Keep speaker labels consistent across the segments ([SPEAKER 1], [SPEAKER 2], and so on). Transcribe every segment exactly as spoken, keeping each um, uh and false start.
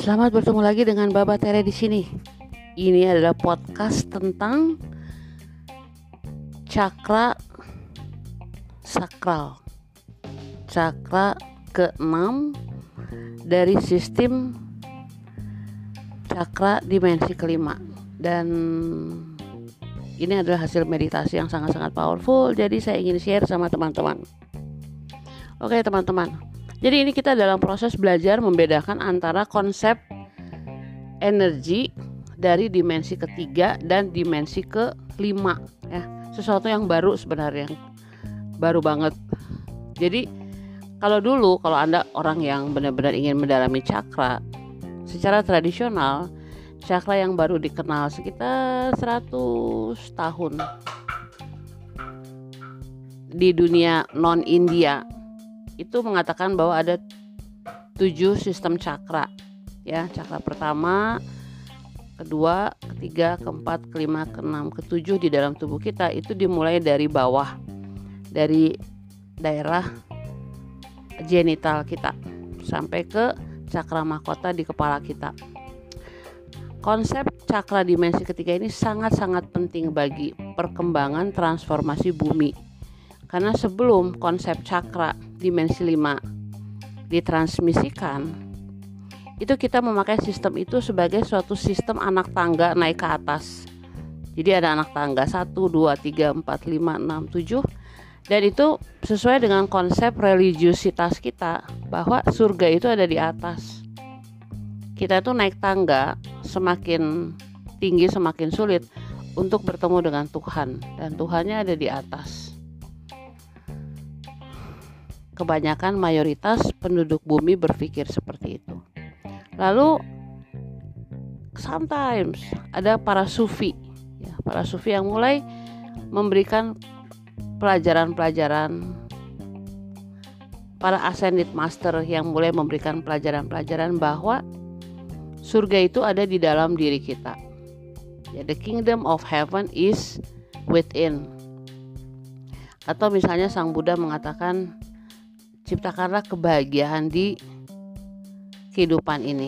[SPEAKER 1] Selamat bertemu lagi dengan Baba Tere di sini. Ini adalah podcast tentang cakra sakral, cakra keenam dari sistem cakra dimensi kelima. Dan ini adalah hasil meditasi yang sangat-sangat powerful. Jadi saya ingin share sama teman-teman. Oke teman-teman, jadi ini kita dalam proses belajar membedakan antara konsep energi dari dimensi ketiga dan dimensi kelima, ya. Sesuatu yang baru sebenarnya, baru banget. Jadi kalau dulu, kalau Anda orang yang benar-benar ingin mendalami cakra, secara tradisional, cakra yang baru dikenal sekitar seratus tahun di dunia non-India, itu mengatakan bahwa ada tujuh sistem cakra, ya. Cakra pertama, kedua, ketiga, keempat, kelima, keenam, ketujuh di dalam tubuh kita itu dimulai dari bawah, dari daerah genital kita sampai ke cakra mahkota di kepala kita. Konsep cakra dimensi ketiga ini sangat-sangat penting bagi perkembangan transformasi bumi. Karena sebelum konsep cakra dimensi lima ditransmisikan, itu kita memakai sistem itu sebagai suatu sistem anak tangga naik ke atas. Jadi ada anak tangga satu, dua, tiga, empat, lima, enam, tujuh. Dan itu sesuai dengan konsep religiusitas kita, bahwa surga itu ada di atas. Kita itu naik tangga, semakin tinggi semakin sulit untuk bertemu dengan Tuhan. Dan Tuhannya ada di atas. Kebanyakan mayoritas penduduk bumi berpikir seperti itu. Lalu sometimes ada para sufi, ya, para sufi yang mulai memberikan pelajaran-pelajaran, para ascended master yang mulai memberikan pelajaran-pelajaran bahwa surga itu ada di dalam diri kita. Ya, the kingdom of heaven is within. Atau misalnya Sang Buddha mengatakan, ciptakanlah kebahagiaan di kehidupan ini.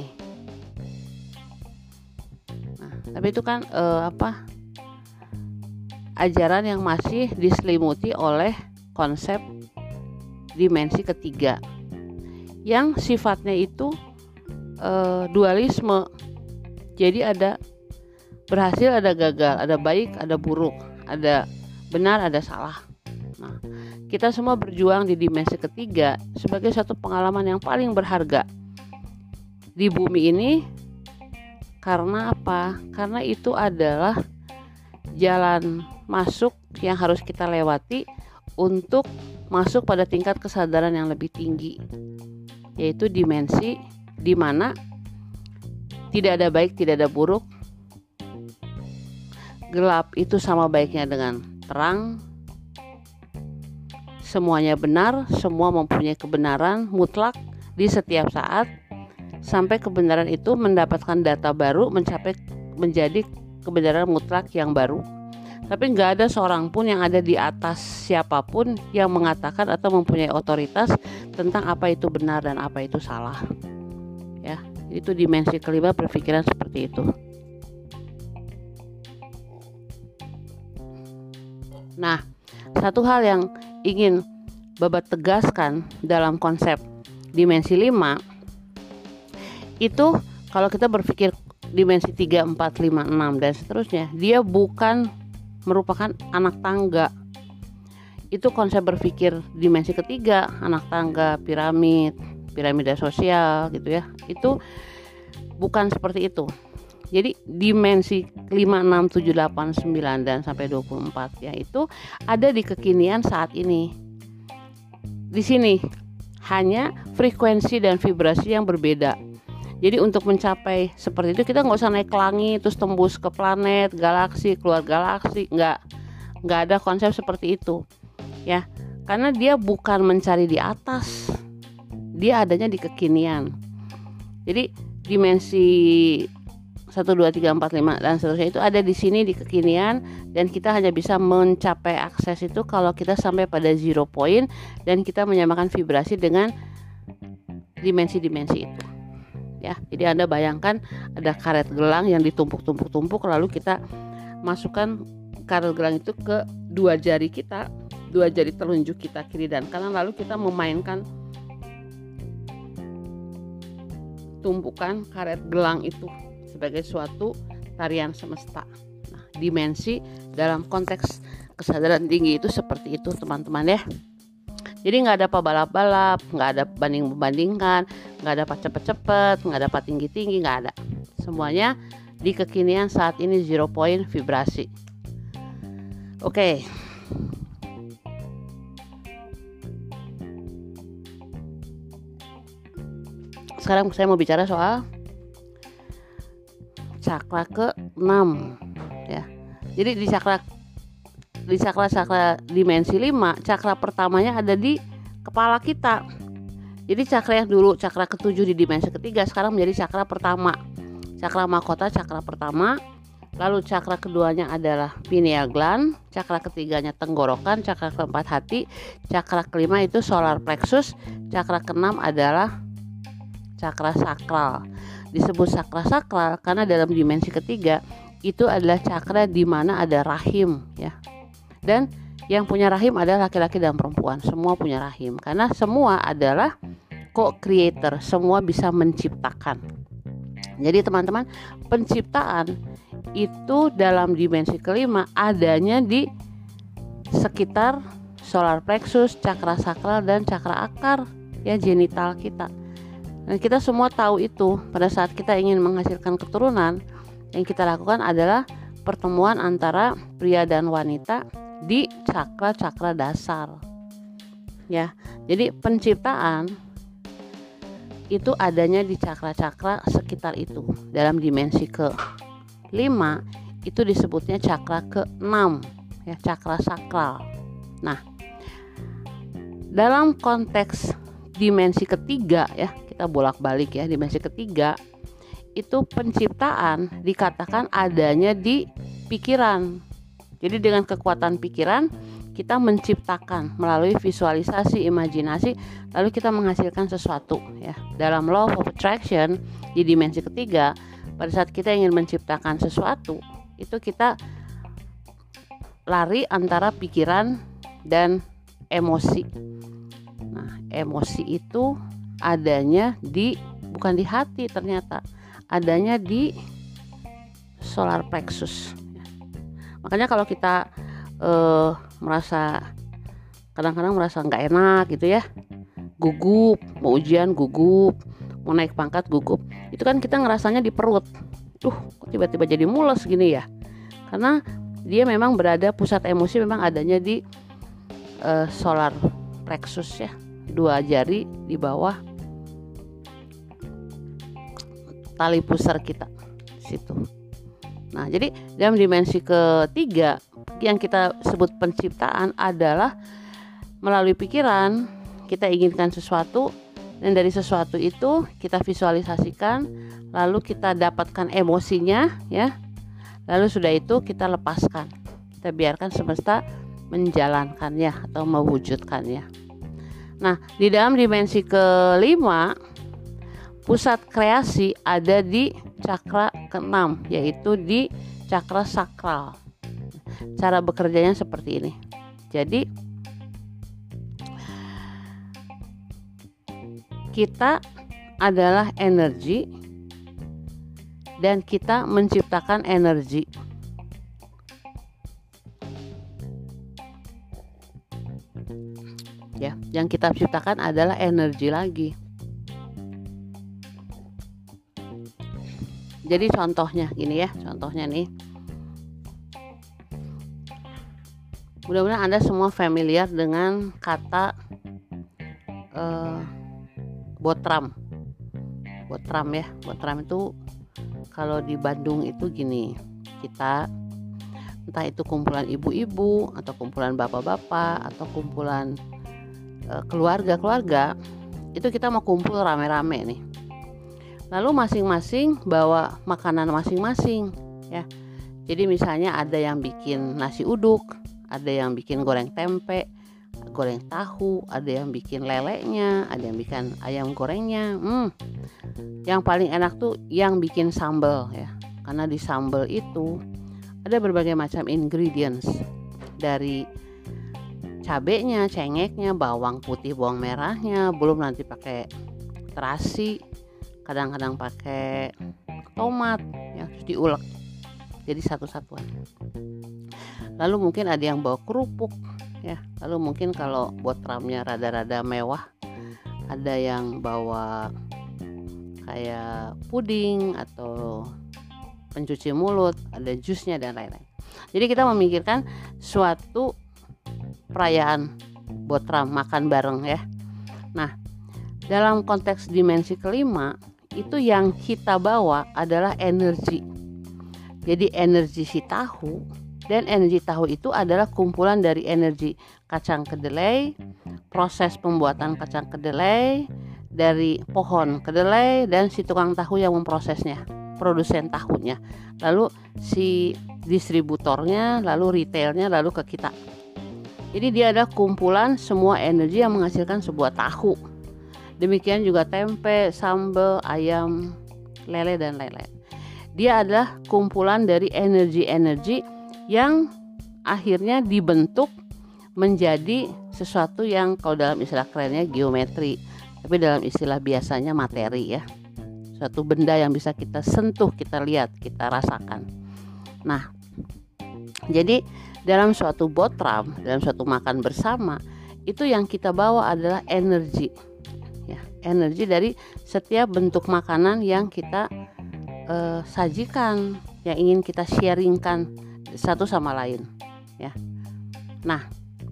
[SPEAKER 1] Nah, tapi itu kan eh, apa? ajaran yang masih diselimuti oleh konsep dimensi ketiga, yang sifatnya itu eh, dualisme. Jadi ada berhasil, ada gagal, ada baik, ada buruk, ada benar, ada salah. Nah, kita semua berjuang di dimensi ketiga sebagai suatu pengalaman yang paling berharga di bumi ini. Karena apa? Karena itu adalah jalan masuk yang harus kita lewati untuk masuk pada tingkat kesadaran yang lebih tinggi, yaitu dimensi di mana tidak ada baik, tidak ada buruk. Gelap itu sama baiknya dengan terang. Semuanya benar, semua mempunyai kebenaran mutlak di setiap saat, sampai kebenaran itu mendapatkan data baru, mencapai menjadi kebenaran mutlak yang baru. Tapi nggak ada seorang pun yang ada di atas siapapun yang mengatakan atau mempunyai otoritas tentang apa itu benar dan apa itu salah. Ya, itu dimensi kelima berpikiran seperti itu. Nah, satu hal yang ingin Baba tegaskan dalam konsep dimensi lima itu, kalau kita berpikir dimensi tiga, empat, lima, enam dan seterusnya, dia bukan merupakan anak tangga. Itu konsep berpikir dimensi ketiga, anak tangga, piramid, piramida sosial gitu ya. Itu bukan seperti itu. Jadi dimensi lima, enam, tujuh, delapan, sembilan dan sampai dua puluh empat, ya, itu ada di kekinian saat ini. Di sini hanya frekuensi dan vibrasi yang berbeda. Jadi untuk mencapai seperti itu, kita nggak usah naik ke langit terus tembus ke planet, galaksi, keluar galaksi, nggak nggak ada konsep seperti itu, ya. Karena dia bukan mencari di atas, dia adanya di kekinian. Jadi dimensi satu, dua, tiga, empat, lima dan seterusnya itu ada di sini di kekinian, dan kita hanya bisa mencapai akses itu kalau kita sampai pada zero point dan kita menyamakan vibrasi dengan dimensi-dimensi itu. ya. Jadi Anda bayangkan ada karet gelang yang ditumpuk-tumpuk-tumpuk, lalu kita masukkan karet gelang itu ke dua jari kita, dua jari telunjuk kita kiri dan kanan, lalu kita memainkan tumpukan karet gelang itu sebagai suatu tarian semesta. Nah, dimensi dalam konteks kesadaran tinggi itu seperti itu teman-teman ya. Jadi nggak ada apa balap-balap, nggak ada banding-membandingkan, nggak ada apa cepet-cepet, nggak ada apa tinggi-tinggi, nggak ada. Semuanya di kekinian saat ini zero point vibrasi. Oke. Sekarang saya mau bicara soal cakra ke enam ya. Jadi di cakra di cakra-cakra dimensi lima, cakra pertamanya ada di kepala kita. Jadi cakra yang dulu cakra ketujuh di dimensi ketiga sekarang menjadi cakra pertama. Cakra mahkota cakra pertama. Lalu cakra keduanya adalah pineal gland, cakra ketiganya tenggorokan, cakra keempat hati, cakra kelima itu solar plexus, cakra keenam adalah cakra sakral. Disebut cakra sakral karena dalam dimensi ketiga itu adalah cakra di mana ada rahim ya. Dan yang punya rahim adalah laki-laki dan perempuan. Semua punya rahim karena semua adalah co-creator, semua bisa menciptakan. Jadi teman-teman, penciptaan itu dalam dimensi kelima adanya di sekitar solar plexus, cakra sakral dan cakra akar ya, genital kita. Dan kita semua tahu itu pada saat kita ingin menghasilkan keturunan, yang kita lakukan adalah pertemuan antara pria dan wanita di cakra-cakra dasar. Ya. Jadi penciptaan itu adanya di cakra-cakra sekitar itu. Dalam dimensi ke lima itu disebutnya cakra ke enam ya, cakra sakral. Nah, dalam konteks dimensi ketiga ya, kita bolak-balik ya, dimensi ketiga itu penciptaan dikatakan adanya di pikiran. Jadi dengan kekuatan pikiran kita menciptakan melalui visualisasi, imajinasi, lalu kita menghasilkan sesuatu ya. Dalam law of attraction di dimensi ketiga, pada saat kita ingin menciptakan sesuatu, itu kita lari antara pikiran dan emosi. Nah, emosi itu adanya di bukan di hati ternyata, adanya di solar plexus. Makanya kalau kita eh, merasa kadang-kadang merasa nggak enak gitu ya, gugup, mau ujian gugup, mau naik pangkat gugup, itu kan kita ngerasanya di perut. Tuh, kok tiba-tiba jadi mules gini ya? Karena dia memang berada, pusat emosi memang adanya di eh, solar plexus ya, dua jari di bawah tali pusar kita situ. Nah, jadi dalam dimensi ketiga yang kita sebut penciptaan adalah melalui pikiran kita inginkan sesuatu, dan dari sesuatu itu kita visualisasikan, lalu kita dapatkan emosinya ya, lalu sudah itu kita lepaskan, kita biarkan semesta menjalankannya atau mewujudkannya. Nah, di dalam dimensi kelima pusat kreasi ada di cakra keenam, yaitu di cakra sakral. Cara bekerjanya seperti ini. Jadi kita adalah energi dan kita menciptakan energi. Ya, yang kita ciptakan adalah energi lagi. Jadi contohnya gini ya, contohnya nih. Mudah-mudahan Anda semua familiar dengan kata uh, botram. Botram ya, botram itu kalau di Bandung itu gini, kita entah itu kumpulan ibu-ibu atau kumpulan bapak-bapak atau kumpulan uh, keluarga-keluarga, itu kita mau kumpul rame-rame nih. Lalu masing-masing bawa makanan masing-masing ya. Jadi misalnya ada yang bikin nasi uduk, ada yang bikin goreng tempe, goreng tahu, ada yang bikin lelenya, ada yang bikin ayam gorengnya. Hmm, yang paling enak tuh yang bikin sambal ya, karena di sambal itu ada berbagai macam ingredients, dari cabenya, cengeknya, bawang putih, bawang merahnya, belum nanti pakai terasi, kadang-kadang pakai tomat ya, terus diulek jadi satu-satuan. Lalu mungkin ada yang bawa kerupuk ya, lalu mungkin kalau botramnya rada-rada mewah, ada yang bawa kayak puding atau pencuci mulut, ada jusnya dan lain-lain. Jadi kita memikirkan suatu perayaan botram, makan bareng ya. Nah, dalam konteks dimensi kelima itu yang kita bawa adalah energi. Jadi energi si tahu, dan energi tahu itu adalah kumpulan dari energi kacang kedelai, proses pembuatan kacang kedelai dari pohon kedelai, dan si tukang tahu yang memprosesnya, produsen tahunya, lalu si distributornya, lalu retailnya, lalu ke kita. Jadi dia adalah kumpulan semua energi yang menghasilkan sebuah tahu. Demikian juga tempe, sambal, ayam, lele dan lain-lain. Dia adalah kumpulan dari energi-energi yang akhirnya dibentuk menjadi sesuatu yang kalau dalam istilah kerennya geometri, tapi dalam istilah biasanya materi ya. Suatu benda yang bisa kita sentuh, kita lihat, kita rasakan. Nah, jadi dalam suatu botram, dalam suatu makan bersama, itu yang kita bawa adalah energi. Ya, energi dari setiap bentuk makanan yang kita uh, sajikan, yang ingin kita sharingkan satu sama lain ya. Nah,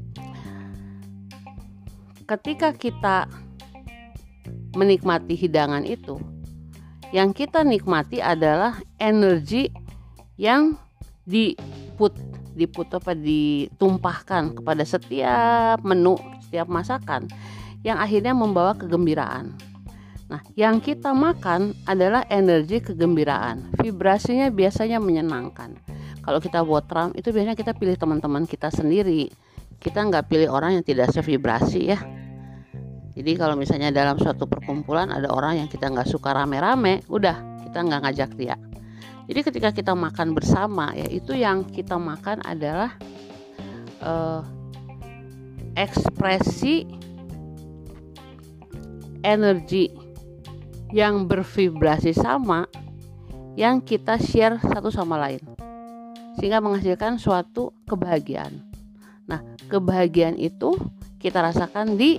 [SPEAKER 1] ketika kita menikmati hidangan itu, yang kita nikmati adalah energi yang diput diput apa ditumpahkan kepada setiap menu, setiap masakan, yang akhirnya membawa kegembiraan. Nah, yang kita makan adalah energi kegembiraan. Vibrasinya biasanya menyenangkan. Kalau kita botram itu biasanya kita pilih teman-teman kita sendiri. Kita nggak pilih orang yang tidak sevibrasi ya. Jadi kalau misalnya dalam suatu perkumpulan ada orang yang kita nggak suka rame-rame, udah kita nggak ngajak dia. Jadi ketika kita makan bersama ya, itu yang kita makan adalah eh, ekspresi energi yang bervibrasi sama, yang kita share satu sama lain, sehingga menghasilkan suatu kebahagiaan. Nah, kebahagiaan itu kita rasakan di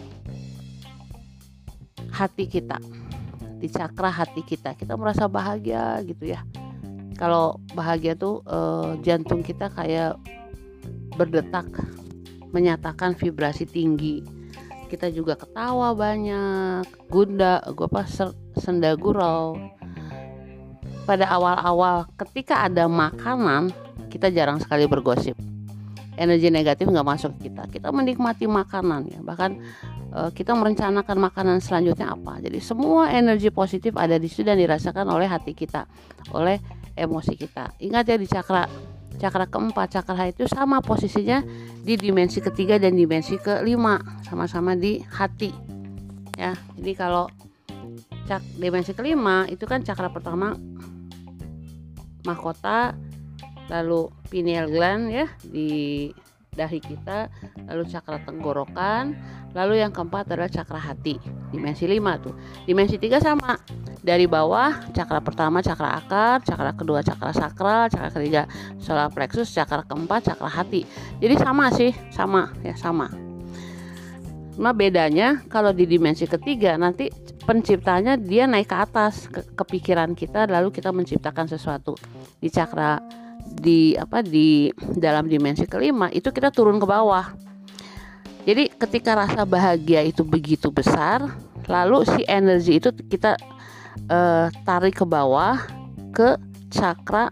[SPEAKER 1] hati kita, di cakra hati kita. Kita merasa bahagia gitu ya. Kalau bahagia tuh eh, jantung kita kayak berdetak, menyatakan vibrasi tinggi. Kita juga ketawa banyak, gunda, gue apa senda gurau. Pada awal-awal ketika ada makanan, kita jarang sekali bergosip. Energi negatif nggak masuk ke kita. Kita menikmati makanan ya. Bahkan e, kita merencanakan makanan selanjutnya apa. Jadi semua energi positif ada di situ dan dirasakan oleh hati kita, oleh emosi kita. Ingat ya, di cakra cakra keempat, cakra itu sama posisinya di dimensi ketiga dan dimensi kelima, sama-sama di hati. Ya, jadi kalau cak dimensi kelima itu kan cakra pertama mahkota, lalu pineal gland ya di dahi kita, lalu cakra tenggorokan, lalu yang keempat adalah cakra hati, dimensi lima tuh. Dimensi tiga sama, dari bawah cakra pertama cakra akar, cakra kedua cakra sakral, cakra ketiga solar plexus, cakra keempat cakra hati. Jadi sama sih, sama ya sama. Cuma bedanya kalau di dimensi ketiga nanti penciptanya dia naik ke atas ke, ke pikiran kita, lalu kita menciptakan sesuatu. Di cakra di apa di dalam dimensi kelima itu kita turun ke bawah. Jadi ketika rasa bahagia itu begitu besar, lalu si energi itu kita uh, tarik ke bawah ke cakra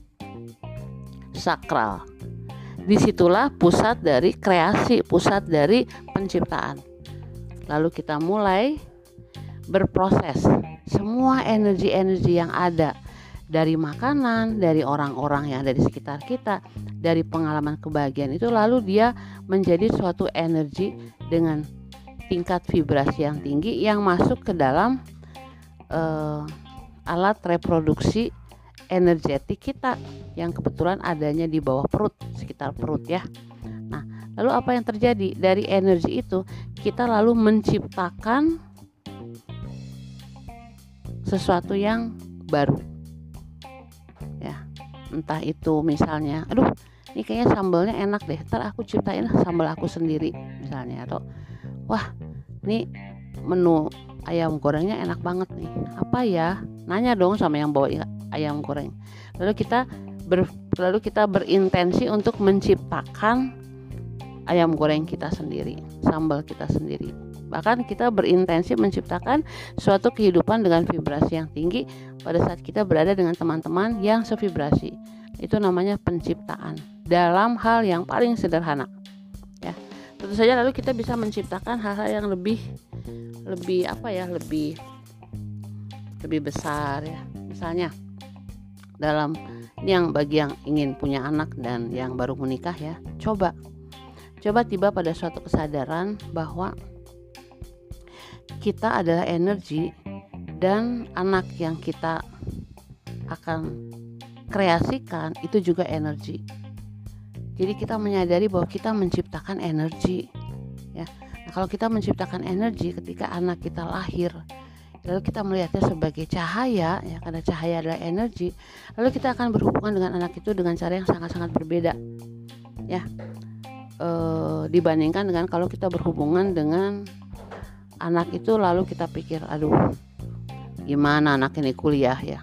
[SPEAKER 1] sakral. Disitulah pusat dari kreasi, pusat dari penciptaan. Lalu kita mulai berproses semua energi-energi yang ada dari makanan, dari orang-orang yang ada di sekitar kita, dari pengalaman kebahagiaan itu, lalu dia menjadi suatu energi dengan tingkat vibrasi yang tinggi yang masuk ke dalam uh, alat reproduksi energetik kita yang kebetulan adanya di bawah perut, sekitar perut ya. Nah, lalu apa yang terjadi? Dari energi itu kita lalu menciptakan sesuatu yang baru. Ya, entah itu misalnya, aduh, ini kayaknya sambalnya enak deh, ntar aku ciptain sambal aku sendiri misalnya, atau wah, ini menu ayam gorengnya enak banget nih, apa ya? Nanya dong sama yang bawa ayam goreng. Lalu kita ber, lalu kita berintensi untuk menciptakan ayam goreng kita sendiri, sambal kita sendiri. Bahkan kita berintensi menciptakan suatu kehidupan dengan vibrasi yang tinggi pada saat kita berada dengan teman-teman yang sevibrasi. Itu namanya penciptaan dalam hal yang paling sederhana. Ya, tentu saja lalu kita bisa menciptakan hal-hal yang lebih lebih apa ya, lebih lebih besar ya. Misalnya dalam ini yang bagi yang ingin punya anak dan yang baru menikah ya, coba coba tiba pada suatu kesadaran bahwa kita adalah energi dan anak yang kita akan kreasikan itu juga energi. Jadi kita menyadari bahwa kita menciptakan energi ya. Nah, kalau kita menciptakan energi ketika anak kita lahir, lalu kita melihatnya sebagai cahaya ya, karena cahaya adalah energi, lalu kita akan berhubungan dengan anak itu dengan cara yang sangat-sangat berbeda ya, e, dibandingkan dengan kalau kita berhubungan dengan anak itu lalu kita pikir, aduh, gimana anak ini kuliah ya,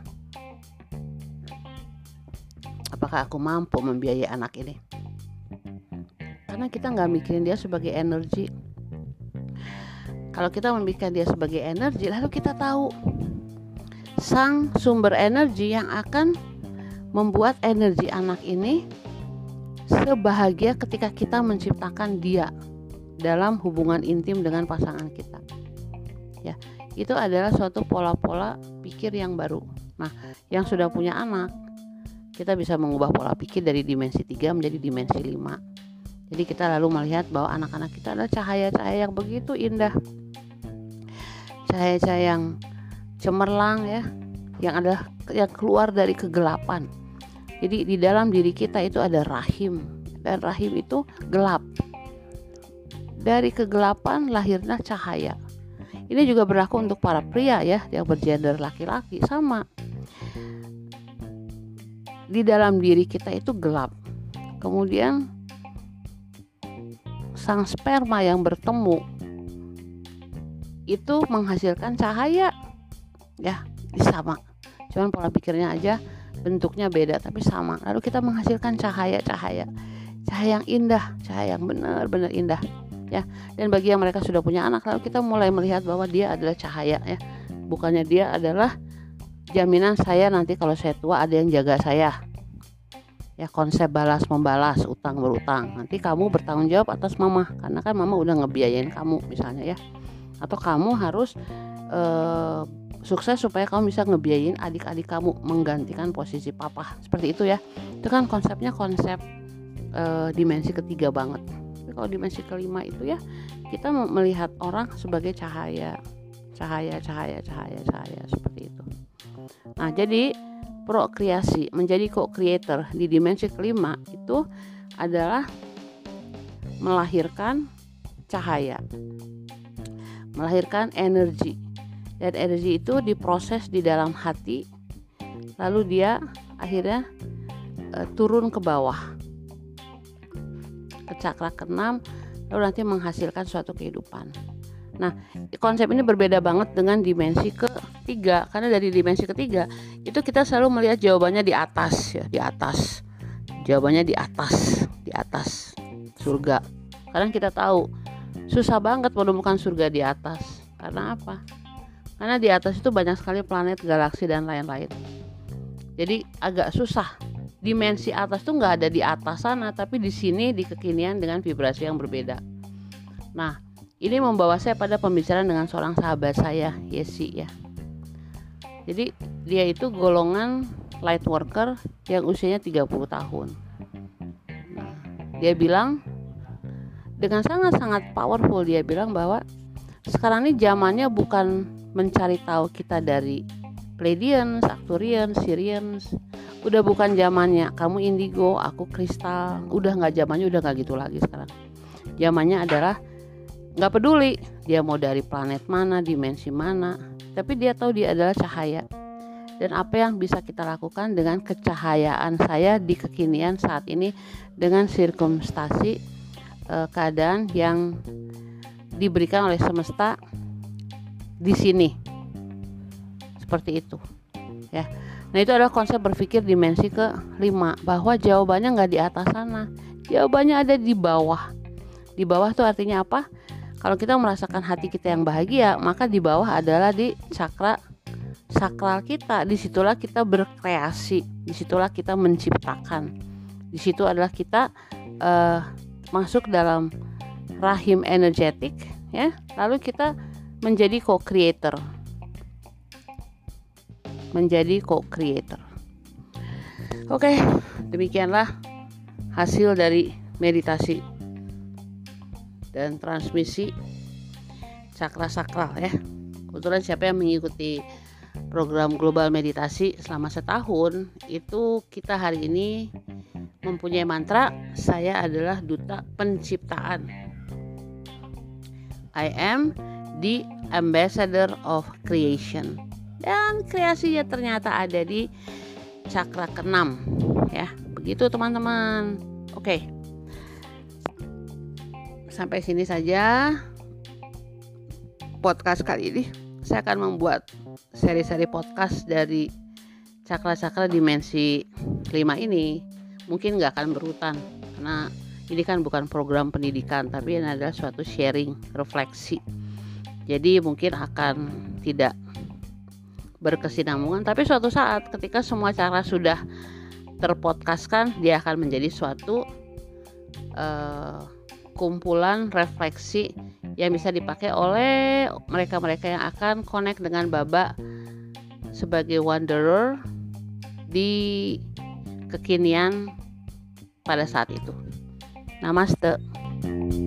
[SPEAKER 1] apakah aku mampu membiayai anak ini? Karena kita nggak mikirin dia sebagai energi. Kalau kita memikirkan dia sebagai energi, lalu kita tahu sang sumber energi yang akan membuat energi anak ini sebahagia ketika kita menciptakan dia dalam hubungan intim dengan pasangan kita. Ya, itu adalah suatu pola-pola pikir yang baru. Nah, yang sudah punya anak, kita bisa mengubah pola pikir dari dimensi tiga menjadi dimensi lima. Jadi kita lalu melihat bahwa anak-anak kita adalah cahaya-cahaya yang begitu indah, cahaya-cahaya yang cemerlang ya, yang adalah yang keluar dari kegelapan. Jadi di dalam diri kita itu ada rahim, dan rahim itu gelap. Dari kegelapan lahirnya cahaya. Ini juga berlaku untuk para pria ya, yang bergender laki-laki, sama. Di dalam diri kita itu gelap. Kemudian sang sperma yang bertemu itu menghasilkan cahaya. Ya, sama. Cuman pola pikirnya aja bentuknya beda tapi sama. Lalu kita menghasilkan cahaya-cahaya. Cahaya yang indah, cahaya yang benar-benar indah. Ya, dan bagi yang mereka sudah punya anak, lalu kita mulai melihat bahwa dia adalah cahaya ya, bukannya dia adalah jaminan saya nanti kalau saya tua ada yang jaga saya ya, konsep balas membalas, utang berutang, nanti kamu bertanggung jawab atas mama karena kan mama udah ngebiayain kamu misalnya ya, atau kamu harus eh, sukses supaya kamu bisa ngebiayain adik-adik kamu menggantikan posisi papa, seperti itu ya. Itu kan konsepnya konsep eh, dimensi ketiga banget. Kalau dimensi kelima itu ya, kita melihat orang sebagai cahaya, cahaya, cahaya, cahaya, cahaya, seperti itu. Nah, jadi prokreasi menjadi co-creator di dimensi kelima itu adalah melahirkan cahaya, melahirkan energi, dan energi itu diproses di dalam hati, lalu dia akhirnya e, turun ke bawah ke cakra keenam, lalu nanti menghasilkan suatu kehidupan. Nah, konsep ini berbeda banget dengan dimensi ketiga, karena dari dimensi ketiga itu kita selalu melihat jawabannya di atas ya, di atas. Jawabannya di atas, di atas surga. Karena kita tahu susah banget menemukan surga di atas. Karena apa? Karena di atas itu banyak sekali planet, galaksi dan lain-lain. Jadi agak susah. Dimensi atas tuh nggak ada di atas sana, tapi di sini di kekinian dengan vibrasi yang berbeda. Nah, ini membawa saya pada pembicaraan dengan seorang sahabat saya, Yesi ya. Jadi dia itu golongan light worker yang usianya tiga puluh tahun. Nah, dia bilang dengan sangat-sangat powerful, dia bilang bahwa sekarang ini zamannya bukan mencari tahu kita dari Pleiadians, Arcturians, Sirians. Udah bukan zamannya kamu indigo, aku kristal. Udah nggak zamannya, udah nggak gitu lagi sekarang. Zamannya adalah nggak peduli dia mau dari planet mana, dimensi mana, tapi dia tahu dia adalah cahaya. Dan apa yang bisa kita lakukan dengan kecahayaan saya di kekinian saat ini dengan sirkumstasi eh, keadaan yang diberikan oleh semesta di sini. Seperti itu ya. Nah, itu adalah konsep berpikir dimensi kelima, bahwa jawabannya nggak di atas sana, jawabannya ada di bawah. Di bawah tuh artinya apa? Kalau kita merasakan hati kita yang bahagia, maka di bawah adalah di cakra sakral kita. Disitulah kita berkreasi, disitulah kita menciptakan, disitu adalah kita uh, masuk dalam rahim energetik ya, lalu kita menjadi co-creator. Menjadi co-creator. Oke, demikianlah hasil dari meditasi dan transmisi cakra sakral ya. Kebetulan siapa yang mengikuti program global meditasi selama setahun, itu kita hari ini mempunyai mantra, saya adalah duta penciptaan. I am the ambassador of creation. Dan kreasinya ternyata ada di cakra keenam ya. Begitu teman-teman. Oke. Sampai sini saja podcast kali ini. Saya akan membuat seri-seri podcast dari cakra-cakra dimensi lima ini. Mungkin gak akan berurutan, karena ini kan bukan program pendidikan, tapi ini adalah suatu sharing, refleksi. Jadi mungkin akan tidak berkesinambungan, tapi suatu saat ketika semua cara sudah terpodcastkan, dia akan menjadi suatu uh, kumpulan refleksi yang bisa dipakai oleh mereka-mereka yang akan connect dengan Baba sebagai wanderer di kekinian pada saat itu. Namaste.